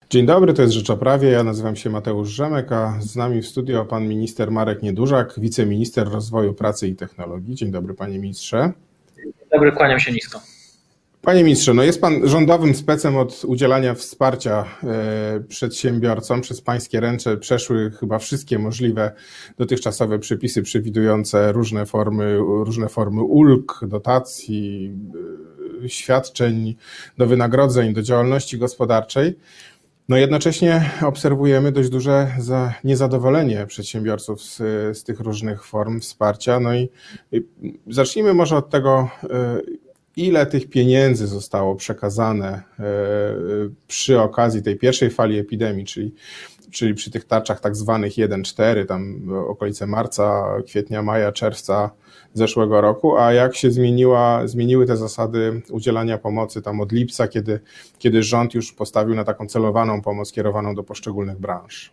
Dzień dobry, to jest Rzecz o Prawie. Ja nazywam się Mateusz Rzemek, a z nami w studio pan minister Marek Niedużak, wiceminister rozwoju pracy i technologii. Dzień dobry, panie ministrze. Dzień dobry, kłaniam się nisko. Panie ministrze, no jest pan rządowym specem od udzielania wsparcia przedsiębiorcom. Przez pańskie ręce przeszły chyba wszystkie możliwe dotychczasowe przepisy przewidujące różne formy ulg, dotacji, świadczeń, do wynagrodzeń, do działalności gospodarczej. No jednocześnie obserwujemy dość duże niezadowolenie przedsiębiorców z tych różnych form wsparcia. No i zacznijmy może od tego, ile tych pieniędzy zostało przekazane przy okazji tej pierwszej fali epidemii, czyli przy tych tarczach tak zwanych 1-4, tam okolice marca, kwietnia, maja, czerwca zeszłego roku, a jak się zmieniły te zasady udzielania pomocy tam od lipca, kiedy rząd już postawił na taką celowaną pomoc kierowaną do poszczególnych branż.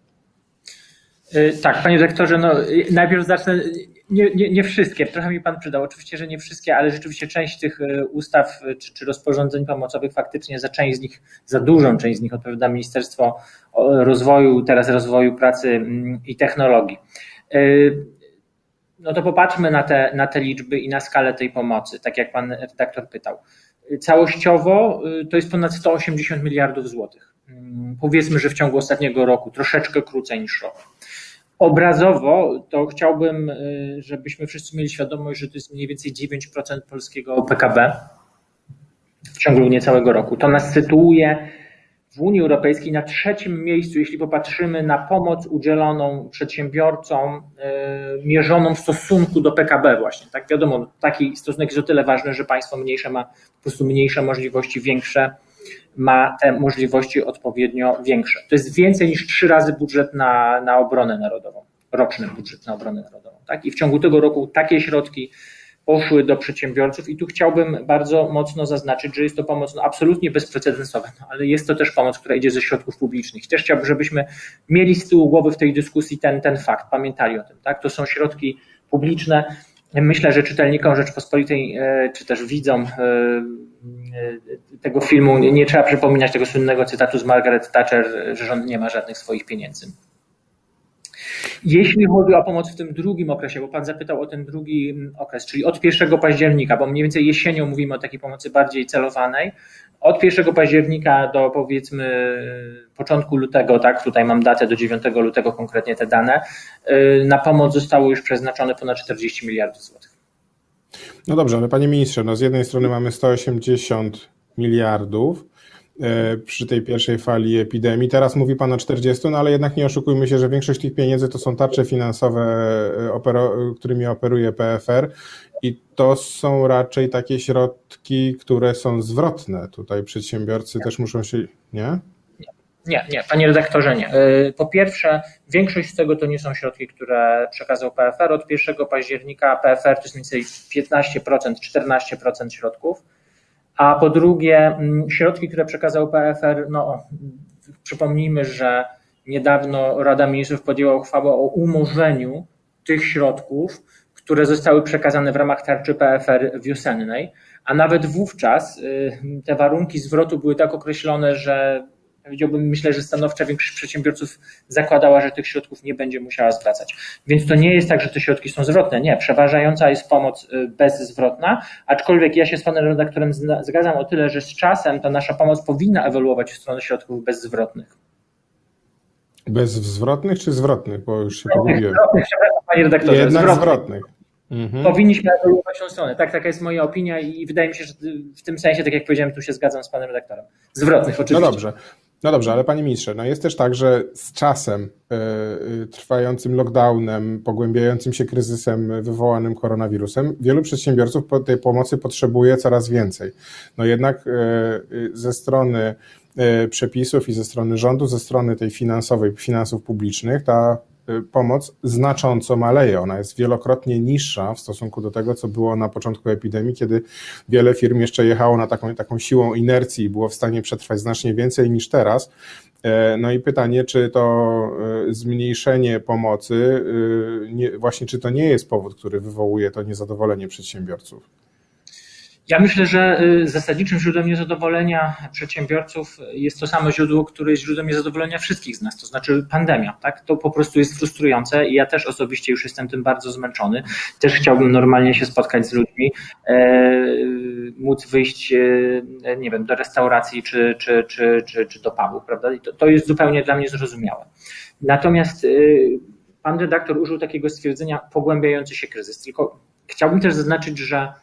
Tak, panie dyrektorze, no najpierw zacznę, nie wszystkie, trochę mi pan przydał, oczywiście, że nie wszystkie, ale rzeczywiście część tych ustaw czy rozporządzeń pomocowych faktycznie za dużą część z nich odpowiada Ministerstwo Rozwoju Pracy i Technologii. No to popatrzmy na te liczby i na skalę tej pomocy, tak jak pan redaktor pytał. Całościowo to jest ponad 180 miliardów złotych. Powiedzmy, że w ciągu ostatniego roku, troszeczkę krócej niż rok. Obrazowo to chciałbym, żebyśmy wszyscy mieli świadomość, że to jest mniej więcej 9% polskiego PKB w ciągu niecałego roku. To nas sytuuje w Unii Europejskiej na 3. miejscu, jeśli popatrzymy na pomoc udzieloną przedsiębiorcom mierzoną w stosunku do PKB właśnie. Tak, wiadomo, taki stosunek jest o tyle ważny, że państwo mniejsze ma po prostu mniejsze możliwości, większe ma te możliwości odpowiednio większe. To jest więcej niż 3 razy budżet na obronę narodową, roczny budżet na obronę narodową. Tak? I w ciągu tego roku takie środki poszły do przedsiębiorców i tu chciałbym bardzo mocno zaznaczyć, że jest to pomoc absolutnie bezprecedensowa, ale jest to też pomoc, która idzie ze środków publicznych. I też chciałbym, żebyśmy mieli z tyłu głowy w tej dyskusji ten fakt, pamiętali o tym. Tak? To są środki publiczne. Myślę, że czytelnikom Rzeczpospolitej, czy też widzom tego filmu nie trzeba przypominać tego słynnego cytatu z Margaret Thatcher, że rząd nie ma żadnych swoich pieniędzy. Jeśli chodzi o pomoc w tym drugim okresie, bo pan zapytał o ten drugi okres, czyli od 1 października, bo mniej więcej jesienią mówimy o takiej pomocy bardziej celowanej, od 1 października do powiedzmy początku lutego, tak, tutaj mam datę do 9 lutego konkretnie te dane, na pomoc zostało już przeznaczone ponad 40 miliardów złotych. No dobrze, ale panie ministrze, no z jednej strony mamy 180 miliardów przy tej pierwszej fali epidemii. Teraz mówi pan o 40, no ale jednak nie oszukujmy się, że większość tych pieniędzy to są tarcze finansowe, którymi operuje PFR i to są raczej takie środki, które są zwrotne. Tutaj przedsiębiorcy też muszą się... Nie? Nie, panie redaktorze, nie. Po pierwsze, większość z tego to nie są środki, które przekazał PFR. Od 1 października PFR to jest mniej więcej 15%, 14% środków. A po drugie, środki, które przekazał PFR, no przypomnijmy, że niedawno Rada Ministrów podjęła uchwałę o umorzeniu tych środków, które zostały przekazane w ramach tarczy PFR wiosennej, a nawet wówczas te warunki zwrotu były tak określone, że myślę, że stanowcza większość przedsiębiorców zakładała, że tych środków nie będzie musiała zwracać. Więc to nie jest tak, że te środki są zwrotne. Nie, przeważająca jest pomoc bezzwrotna, aczkolwiek ja się z panem redaktorem zgadzam o tyle, że z czasem ta nasza pomoc powinna ewoluować w stronę środków bezzwrotnych. Bezzwrotnych czy zwrotnych? Bo już się pogubiłem. Panie redaktorze, jednak zwrotnych. Powinniśmy ewoluować w tą stronę. Tak, taka jest moja opinia i wydaje mi się, że w tym sensie, tak jak powiedziałem, tu się zgadzam z panem redaktorem. Zwrotnych oczywiście. No dobrze, ale panie ministrze, no jest też tak, że z czasem trwającym lockdownem, pogłębiającym się kryzysem wywołanym koronawirusem, wielu przedsiębiorców tej pomocy potrzebuje coraz więcej. No jednak ze strony przepisów i ze strony rządu, ze strony tej finansowej, finansów publicznych, ta pomoc znacząco maleje. Ona jest wielokrotnie niższa w stosunku do tego, co było na początku epidemii, kiedy wiele firm jeszcze jechało na taką siłą inercji i było w stanie przetrwać znacznie więcej niż teraz. No i pytanie, czy to zmniejszenie pomocy, czy to nie jest powód, który wywołuje to niezadowolenie przedsiębiorców? Ja myślę, że zasadniczym źródłem niezadowolenia przedsiębiorców jest to samo źródło, które jest źródłem niezadowolenia wszystkich z nas, to znaczy pandemia. Tak? To po prostu jest frustrujące i ja też osobiście już jestem tym bardzo zmęczony. Też chciałbym normalnie się spotkać z ludźmi, móc wyjść, nie wiem, do restauracji czy do pubu, prawda? I to jest zupełnie dla mnie zrozumiałe. Natomiast pan redaktor użył takiego stwierdzenia pogłębiający się kryzys. Tylko chciałbym też zaznaczyć, że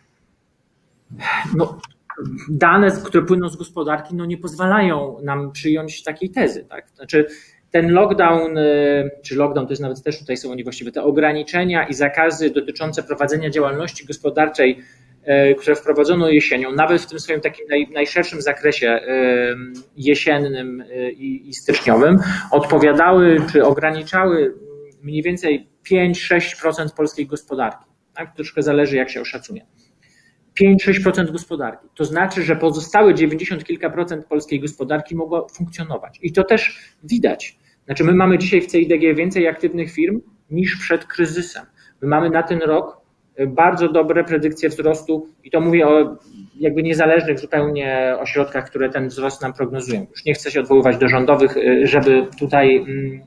dane, które płyną z gospodarki, nie pozwalają nam przyjąć takiej tezy. Tak? Znaczy ten lockdown, czy lockdown to jest nawet też tutaj są niewłaściwe, te ograniczenia i zakazy dotyczące prowadzenia działalności gospodarczej, które wprowadzono jesienią, nawet w tym swoim takim najszerszym zakresie jesiennym i styczniowym, odpowiadały czy ograniczały mniej więcej 5-6% polskiej gospodarki. Tak? Troszkę zależy, jak się oszacuje. 5-6% gospodarki. To znaczy, że pozostałe 90 kilka procent polskiej gospodarki mogło funkcjonować. I to też widać. Znaczy, my mamy dzisiaj w CEIDG więcej aktywnych firm niż przed kryzysem. My mamy na ten rok bardzo dobre predykcje wzrostu i to mówię o jakby niezależnych zupełnie ośrodkach, które ten wzrost nam prognozują. Już nie chcę się odwoływać do rządowych, żeby tutaj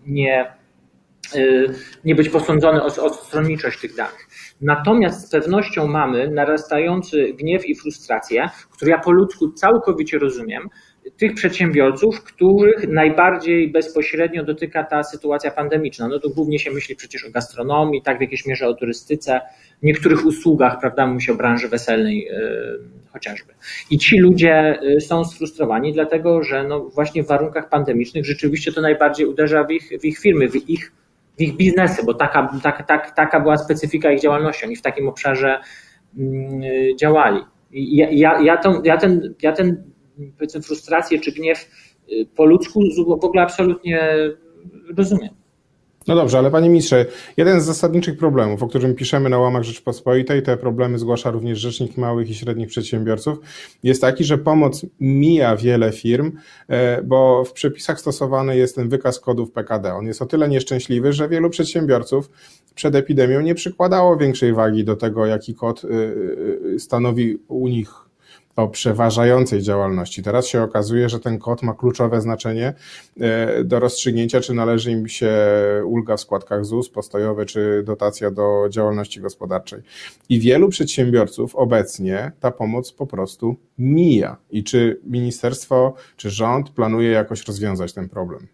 nie być posądzony o stronniczość tych danych. Natomiast z pewnością mamy narastający gniew i frustrację, który ja po ludzku całkowicie rozumiem, tych przedsiębiorców, których najbardziej bezpośrednio dotyka ta sytuacja pandemiczna. To głównie się myśli przecież o gastronomii, tak w jakiejś mierze o turystyce, niektórych usługach, prawda, mówi się o branży weselnej chociażby. I ci ludzie są sfrustrowani, dlatego że właśnie w warunkach pandemicznych rzeczywiście to najbardziej uderza w ich firmy, w ich biznesy, bo taka była specyfika ich działalności. Oni w takim obszarze działali. Ja ten powiedzmy frustrację czy gniew po ludzku w ogóle absolutnie rozumiem. No dobrze, ale panie ministrze, jeden z zasadniczych problemów, o którym piszemy na łamach Rzeczpospolitej, te problemy zgłasza również Rzecznik Małych i Średnich Przedsiębiorców, jest taki, że pomoc mija wiele firm, bo w przepisach stosowany jest ten wykaz kodów PKD. On jest o tyle nieszczęśliwy, że wielu przedsiębiorców przed epidemią nie przykładało większej wagi do tego, jaki kod stanowi u nich o przeważającej działalności. Teraz się okazuje, że ten kod ma kluczowe znaczenie do rozstrzygnięcia, czy należy im się ulga w składkach ZUS, postojowe, czy dotacja do działalności gospodarczej. I wielu przedsiębiorców obecnie ta pomoc po prostu mija. I czy ministerstwo, czy rząd planuje jakoś rozwiązać ten problem?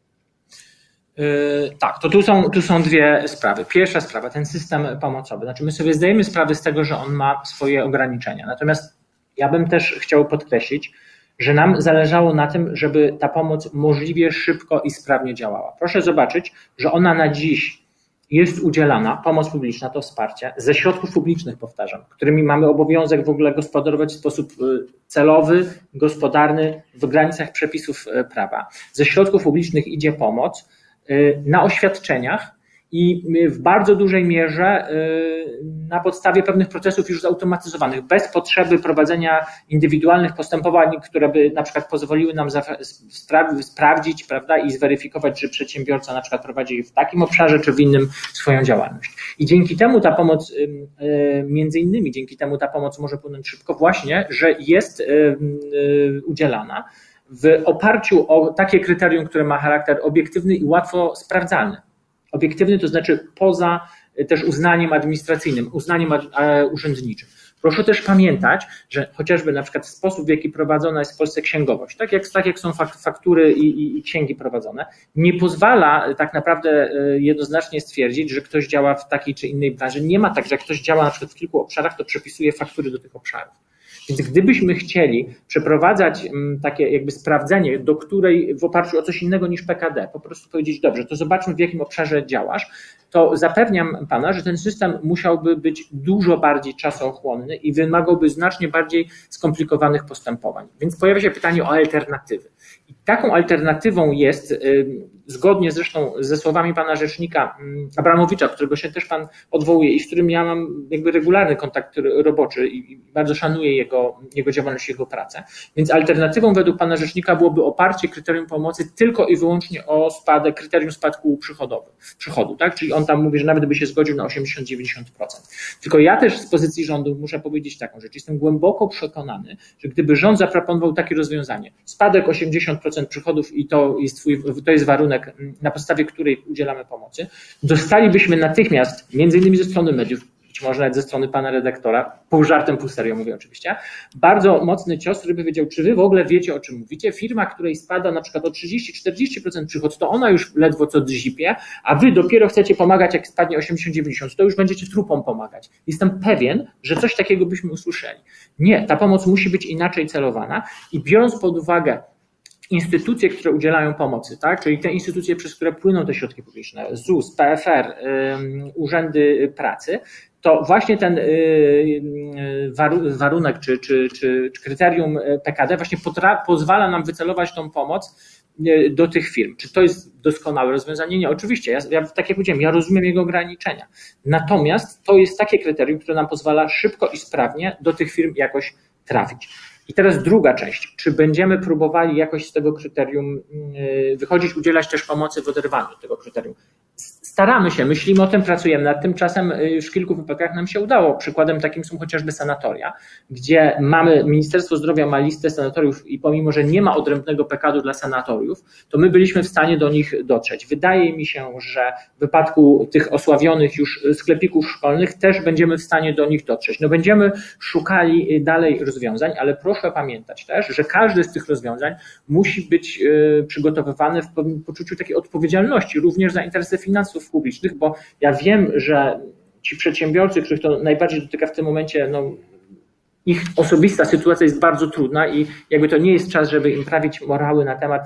Tak, to tu są dwie sprawy. Pierwsza sprawa, ten system pomocowy. Znaczy my sobie zdajemy sprawę z tego, że on ma swoje ograniczenia. Natomiast ja bym też chciał podkreślić, że nam zależało na tym, żeby ta pomoc możliwie szybko i sprawnie działała. Proszę zobaczyć, że ona na dziś jest udzielana, pomoc publiczna, to wsparcie, ze środków publicznych, powtarzam, którymi mamy obowiązek w ogóle gospodarować w sposób celowy, gospodarny, w granicach przepisów prawa. Ze środków publicznych idzie pomoc na oświadczeniach i w bardzo dużej mierze na podstawie pewnych procesów już zautomatyzowanych, bez potrzeby prowadzenia indywidualnych postępowań, które by na przykład pozwoliły nam sprawdzić, prawda, i zweryfikować, czy przedsiębiorca na przykład prowadzi w takim obszarze, czy w innym swoją działalność. I dzięki temu ta pomoc, między innymi dzięki temu ta pomoc może płynąć szybko właśnie, że jest udzielana w oparciu o takie kryterium, które ma charakter obiektywny i łatwo sprawdzalny. Obiektywny to znaczy poza też uznaniem administracyjnym, uznaniem urzędniczym. Proszę też pamiętać, że chociażby na przykład sposób, w jaki prowadzona jest w Polsce księgowość, tak jak są faktury i księgi prowadzone, nie pozwala tak naprawdę jednoznacznie stwierdzić, że ktoś działa w takiej czy innej branży. Nie ma tak, że jak ktoś działa na przykład w kilku obszarach, to przepisuje faktury do tych obszarów. Więc gdybyśmy chcieli przeprowadzać takie jakby sprawdzenie, do której w oparciu o coś innego niż PKD, po prostu powiedzieć, dobrze, to zobaczmy, w jakim obszarze działasz, to zapewniam pana, że ten system musiałby być dużo bardziej czasochłonny i wymagałby znacznie bardziej skomplikowanych postępowań. Więc pojawia się pytanie o alternatywy. I taką alternatywą jest zgodnie zresztą ze słowami pana rzecznika Abramowicza, którego się też pan odwołuje i z którym ja mam jakby regularny kontakt roboczy i bardzo szanuję jego działalność, jego pracę. Więc alternatywą według pana rzecznika byłoby oparcie kryterium pomocy tylko i wyłącznie o kryterium spadku przychodu, tak? Czyli on tam mówi, że nawet by się zgodził na 80-90%. Tylko ja też z pozycji rządu muszę powiedzieć taką rzecz. Jestem głęboko przekonany, że gdyby rząd zaproponował takie rozwiązanie, spadek 80% przychodów i to jest warunek, na podstawie której udzielamy pomocy, dostalibyśmy natychmiast, między innymi ze strony mediów, być może nawet ze strony pana redaktora, pół żartem, pół serio mówię oczywiście, bardzo mocny cios, który by wiedział, czy wy w ogóle wiecie, o czym mówicie. Firma, której spada na przykład o 30-40% przychód, to ona już ledwo co dzipie, a wy dopiero chcecie pomagać, jak spadnie 80-90%, to już będziecie trupom pomagać. Jestem pewien, że coś takiego byśmy usłyszeli. Nie, ta pomoc musi być inaczej celowana i biorąc pod uwagę instytucje, które udzielają pomocy, tak? Czyli te instytucje, przez które płyną te środki publiczne, ZUS, PFR, urzędy pracy, to właśnie ten warunek czy kryterium PKD właśnie pozwala nam wycelować tą pomoc do tych firm. Czy to jest doskonałe rozwiązanie? Nie, oczywiście. Ja tak jak powiedziałem, ja rozumiem jego ograniczenia. Natomiast to jest takie kryterium, które nam pozwala szybko i sprawnie do tych firm jakoś trafić. I teraz druga część. Czy będziemy próbowali jakoś z tego kryterium wychodzić, udzielać też pomocy w oderwaniu od tego kryterium? Staramy się, myślimy o tym, pracujemy nad tym. Czasem już w kilku wypadkach nam się udało. Przykładem takim są chociażby sanatoria, gdzie Ministerstwo Zdrowia ma listę sanatoriów i pomimo, że nie ma odrębnego PKD-u dla sanatoriów, to my byliśmy w stanie do nich dotrzeć. Wydaje mi się, że w wypadku tych osławionych już sklepików szkolnych też będziemy w stanie do nich dotrzeć. No będziemy szukali dalej rozwiązań, ale proszę pamiętać też, że każde z tych rozwiązań musi być przygotowywany w pewnym poczuciu takiej odpowiedzialności, również za interesy finansów publicznych, bo ja wiem, że ci przedsiębiorcy, których to najbardziej dotyka w tym momencie, no, ich osobista sytuacja jest bardzo trudna i jakby to nie jest czas, żeby im prawić morały na temat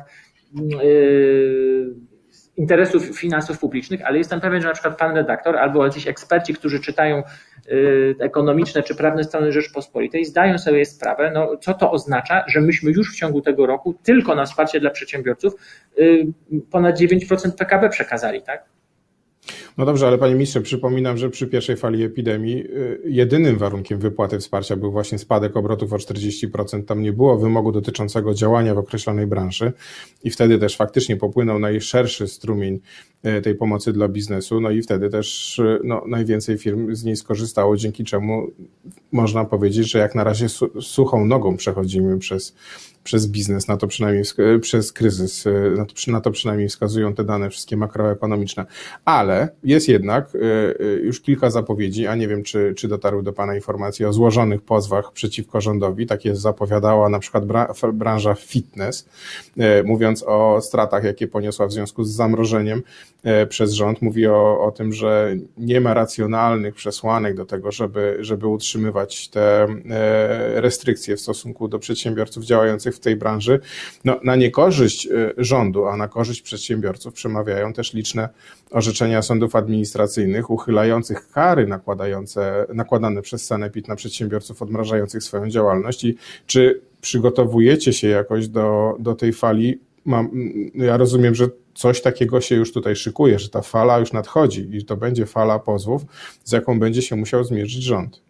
interesów finansów publicznych, ale jestem pewien, że na przykład pan redaktor albo jacyś eksperci, którzy czytają ekonomiczne czy prawne strony Rzeczpospolitej, zdają sobie sprawę, no, co to oznacza, że myśmy już w ciągu tego roku tylko na wsparcie dla przedsiębiorców ponad 9% PKB przekazali, tak? No dobrze, ale panie ministrze, przypominam, że przy pierwszej fali epidemii jedynym warunkiem wypłaty wsparcia był właśnie spadek obrotów o 40%. Tam nie było wymogu dotyczącego działania w określonej branży i wtedy też faktycznie popłynął najszerszy strumień tej pomocy dla biznesu, no i wtedy też najwięcej firm z niej skorzystało, dzięki czemu można powiedzieć, że jak na razie suchą nogą przechodzimy przez biznes, na to przynajmniej przez kryzys, na to przynajmniej wskazują te dane wszystkie makroekonomiczne. Ale jest jednak już kilka zapowiedzi, a nie wiem, czy dotarły do pana informacje o złożonych pozwach przeciwko rządowi. Takie zapowiadała na przykład branża fitness, mówiąc o stratach, jakie poniosła w związku z zamrożeniem przez rząd. Mówi o tym, że nie ma racjonalnych przesłanek do tego, żeby utrzymywać te restrykcje w stosunku do przedsiębiorców działających w tej branży. No, na niekorzyść rządu, a na korzyść przedsiębiorców przemawiają też liczne orzeczenia sądów administracyjnych uchylających kary nakładane przez sanepid na przedsiębiorców odmrażających swoją działalność. I czy przygotowujecie się jakoś do tej fali? Ja rozumiem, że coś takiego się już tutaj szykuje, że ta fala już nadchodzi i to będzie fala pozwów, z jaką będzie się musiał zmierzyć rząd.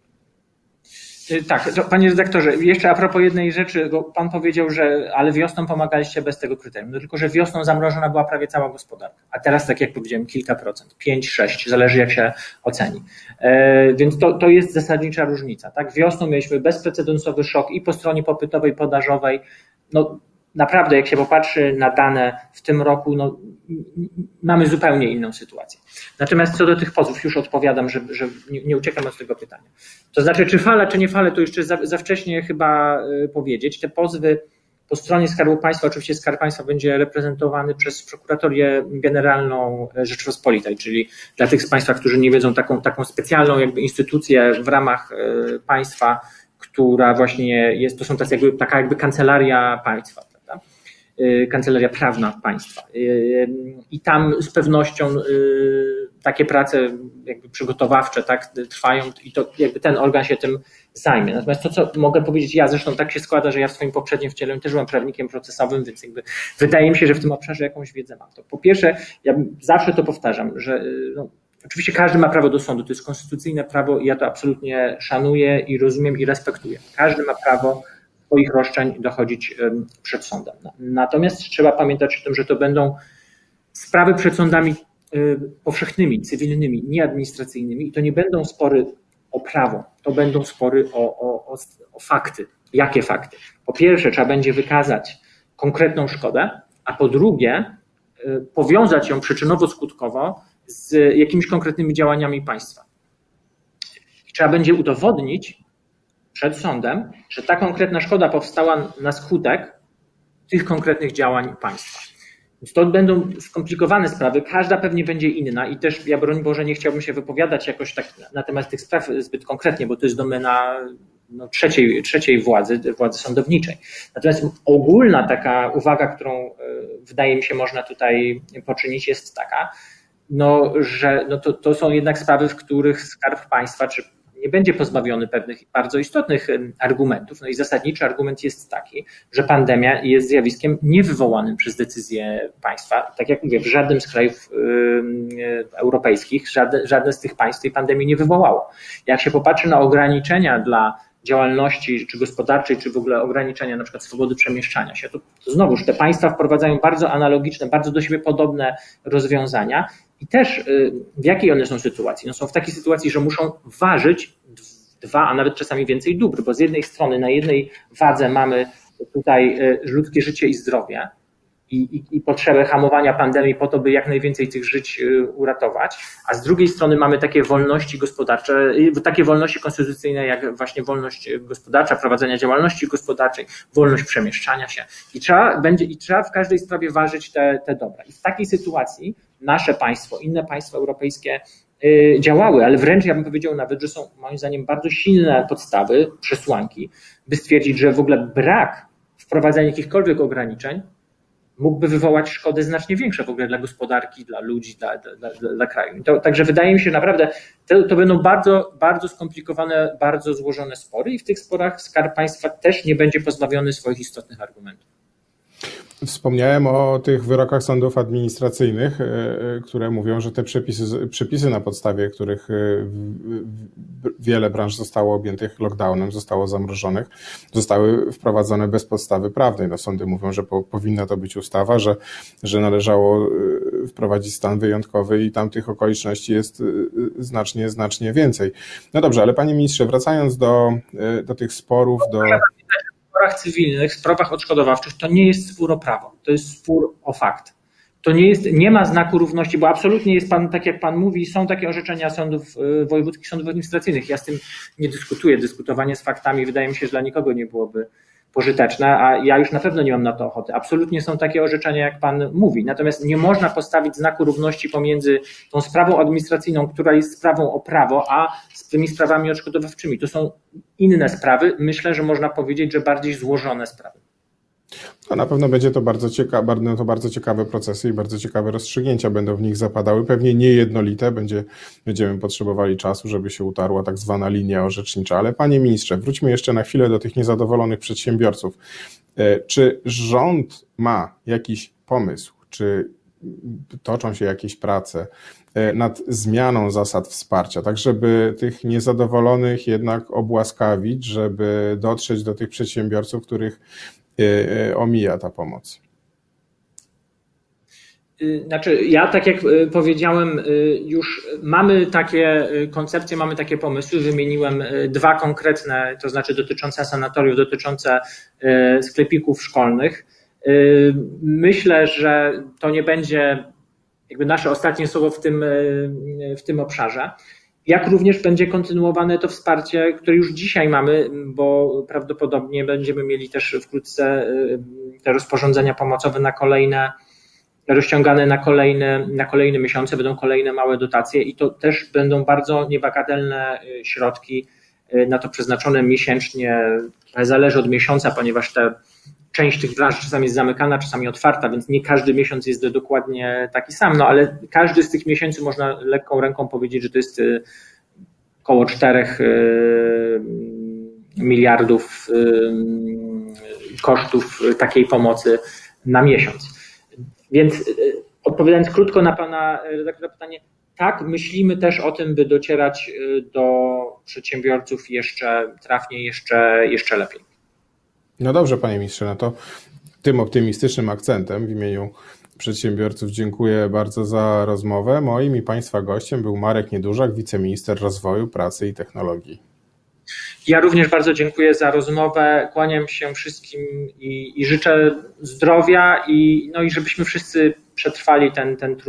Tak, panie redaktorze, jeszcze a propos jednej rzeczy, bo pan powiedział, że ale wiosną pomagaliście bez tego kryterium, no tylko że wiosną zamrożona była prawie cała gospodarka, a teraz tak jak powiedziałem kilka procent, 5-6, zależy jak się oceni. Więc to jest zasadnicza różnica. Tak? Wiosną mieliśmy bezprecedensowy szok i po stronie popytowej, podażowej, no naprawdę jak się popatrzy na dane w tym roku, no mamy zupełnie inną sytuację. Natomiast co do tych pozwów, już odpowiadam, że nie uciekam od tego pytania. To znaczy, czy fala, czy nie fala, to jeszcze za wcześnie chyba powiedzieć. Te pozwy po stronie Skarbu Państwa, oczywiście Skarb Państwa będzie reprezentowany przez Prokuratorię Generalną Rzeczypospolitej, czyli dla tych z Państwa, którzy nie wiedzą, taką specjalną jakby instytucję w ramach państwa, która właśnie jest, to są taka jakby kancelaria państwa. Kancelaria Prawna Państwa. I tam z pewnością takie prace jakby przygotowawcze tak trwają i to jakby ten organ się tym zajmie. Natomiast to, co mogę powiedzieć, ja zresztą tak się składa, że ja w swoim poprzednim wcieleniu też byłem prawnikiem procesowym, więc jakby wydaje mi się, że w tym obszarze jakąś wiedzę mam. To po pierwsze, ja zawsze to powtarzam, że oczywiście każdy ma prawo do sądu, to jest konstytucyjne prawo i ja to absolutnie szanuję i rozumiem i respektuję. Każdy ma prawo swoich roszczeń dochodzić przed sądem. Natomiast trzeba pamiętać o tym, że to będą sprawy przed sądami powszechnymi, cywilnymi, nieadministracyjnymi i to nie będą spory o prawo, to będą spory o fakty. Jakie fakty? Po pierwsze, trzeba będzie wykazać konkretną szkodę, a po drugie powiązać ją przyczynowo-skutkowo z jakimiś konkretnymi działaniami państwa. I trzeba będzie udowodnić przed sądem, że ta konkretna szkoda powstała na skutek tych konkretnych działań państwa. Więc to będą skomplikowane sprawy, każda pewnie będzie inna i też ja broń Boże nie chciałbym się wypowiadać jakoś tak na temat tych spraw zbyt konkretnie, bo to jest domena trzeciej władzy sądowniczej. Natomiast ogólna taka uwaga, którą wydaje mi się można tutaj poczynić jest taka, że to są jednak sprawy, w których Skarb Państwa nie będzie pozbawiony pewnych bardzo istotnych argumentów. No i zasadniczy argument jest taki, że pandemia jest zjawiskiem niewywołanym przez decyzję państwa. Tak jak mówię, w żadnym z krajów europejskich, żadne z tych państw tej pandemii nie wywołało. Jak się popatrzy na ograniczenia dla działalności czy gospodarczej, czy w ogóle ograniczenia na przykład swobody przemieszczania się, to znowuż te państwa wprowadzają bardzo analogiczne, bardzo do siebie podobne rozwiązania i też w jakiej one są sytuacji? No są w takiej sytuacji, że muszą ważyć dwa, a nawet czasami więcej dóbr, bo z jednej strony na jednej wadze mamy tutaj ludzkie życie i zdrowie i potrzebę hamowania pandemii po to, by jak najwięcej tych żyć uratować, a z drugiej strony mamy takie wolności gospodarcze, takie wolności konstytucyjne jak właśnie wolność gospodarcza, prowadzenia działalności gospodarczej, wolność przemieszczania się i trzeba w każdej sprawie ważyć te dobra. I w takiej sytuacji nasze państwo, inne państwa europejskie działały, ale wręcz ja bym powiedział nawet, że są moim zdaniem bardzo silne podstawy, przesłanki, by stwierdzić, że w ogóle brak wprowadzania jakichkolwiek ograniczeń mógłby wywołać szkody znacznie większe w ogóle dla gospodarki, dla ludzi, dla kraju. Także wydaje mi się naprawdę, to będą bardzo, bardzo skomplikowane, bardzo złożone spory i w tych sporach Skarb Państwa też nie będzie pozbawiony swoich istotnych argumentów. Wspomniałem o tych wyrokach sądów administracyjnych, które mówią, że te przepisy na podstawie których wiele branż zostało objętych lockdownem, zostało zamrożonych, zostały wprowadzone bez podstawy prawnej. No, sądy mówią, że powinna to być ustawa, że należało wprowadzić stan wyjątkowy i tam tych okoliczności jest znacznie więcej. No dobrze, ale panie ministrze, wracając do tych sporów, W sporach cywilnych, w sprawach odszkodowawczych to nie jest spór o prawo, to jest spór o fakt. To nie ma znaku równości, bo absolutnie jest pan, tak jak pan mówi, są takie orzeczenia sądów wojewódzkich, sądów administracyjnych. Ja z tym nie dyskutuję. Dyskutowanie z faktami wydaje mi się, że dla nikogo nie byłoby pożyteczne, a ja już na pewno nie mam na to ochoty. Absolutnie są takie orzeczenia, jak pan mówi. Natomiast nie można postawić znaku równości pomiędzy tą sprawą administracyjną, która jest sprawą o prawo, a z tymi sprawami odszkodowawczymi. To są inne sprawy. Myślę, że można powiedzieć, że bardziej złożone sprawy. A na pewno będzie to bardzo ciekawe procesy i bardzo ciekawe rozstrzygnięcia będą w nich zapadały, pewnie niejednolite, będziemy potrzebowali czasu, żeby się utarła tak zwana linia orzecznicza. Ale panie ministrze, wróćmy jeszcze na chwilę do tych niezadowolonych przedsiębiorców. Czy rząd ma jakiś pomysł, czy toczą się jakieś prace nad zmianą zasad wsparcia, tak żeby tych niezadowolonych jednak obłaskawić, żeby dotrzeć do tych przedsiębiorców, których omija ta pomoc? Znaczy, ja tak jak powiedziałem, już mamy takie koncepcje, mamy takie pomysły, wymieniłem dwa konkretne, to znaczy dotyczące sanatoriów, dotyczące sklepików szkolnych. Myślę, że to nie będzie jakby nasze ostatnie słowo w tym obszarze. Jak również będzie kontynuowane to wsparcie, które już dzisiaj mamy, bo prawdopodobnie będziemy mieli też wkrótce te rozporządzenia pomocowe rozciągane na kolejne miesiące, będą kolejne małe dotacje i to też będą bardzo niebagatelne środki na to przeznaczone miesięcznie. Zależy od miesiąca, ponieważ te część tych branż czasami jest zamykana, czasami otwarta, więc nie każdy miesiąc jest dokładnie taki sam, no ale każdy z tych miesięcy można lekką ręką powiedzieć, że to jest około 4 miliardów kosztów takiej pomocy na miesiąc. Więc odpowiadając krótko na pana redaktora pytanie, tak, myślimy też o tym, by docierać do przedsiębiorców jeszcze trafniej, jeszcze lepiej. No dobrze, panie ministrze, no to tym optymistycznym akcentem w imieniu przedsiębiorców dziękuję bardzo za rozmowę. Moim i państwa gościem był Marek Niedużak, wiceminister rozwoju, pracy i technologii. Ja również bardzo dziękuję za rozmowę, kłaniam się wszystkim i życzę zdrowia i żebyśmy wszyscy przetrwali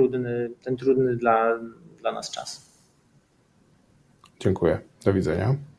ten trudny dla nas czas. Dziękuję. Do widzenia.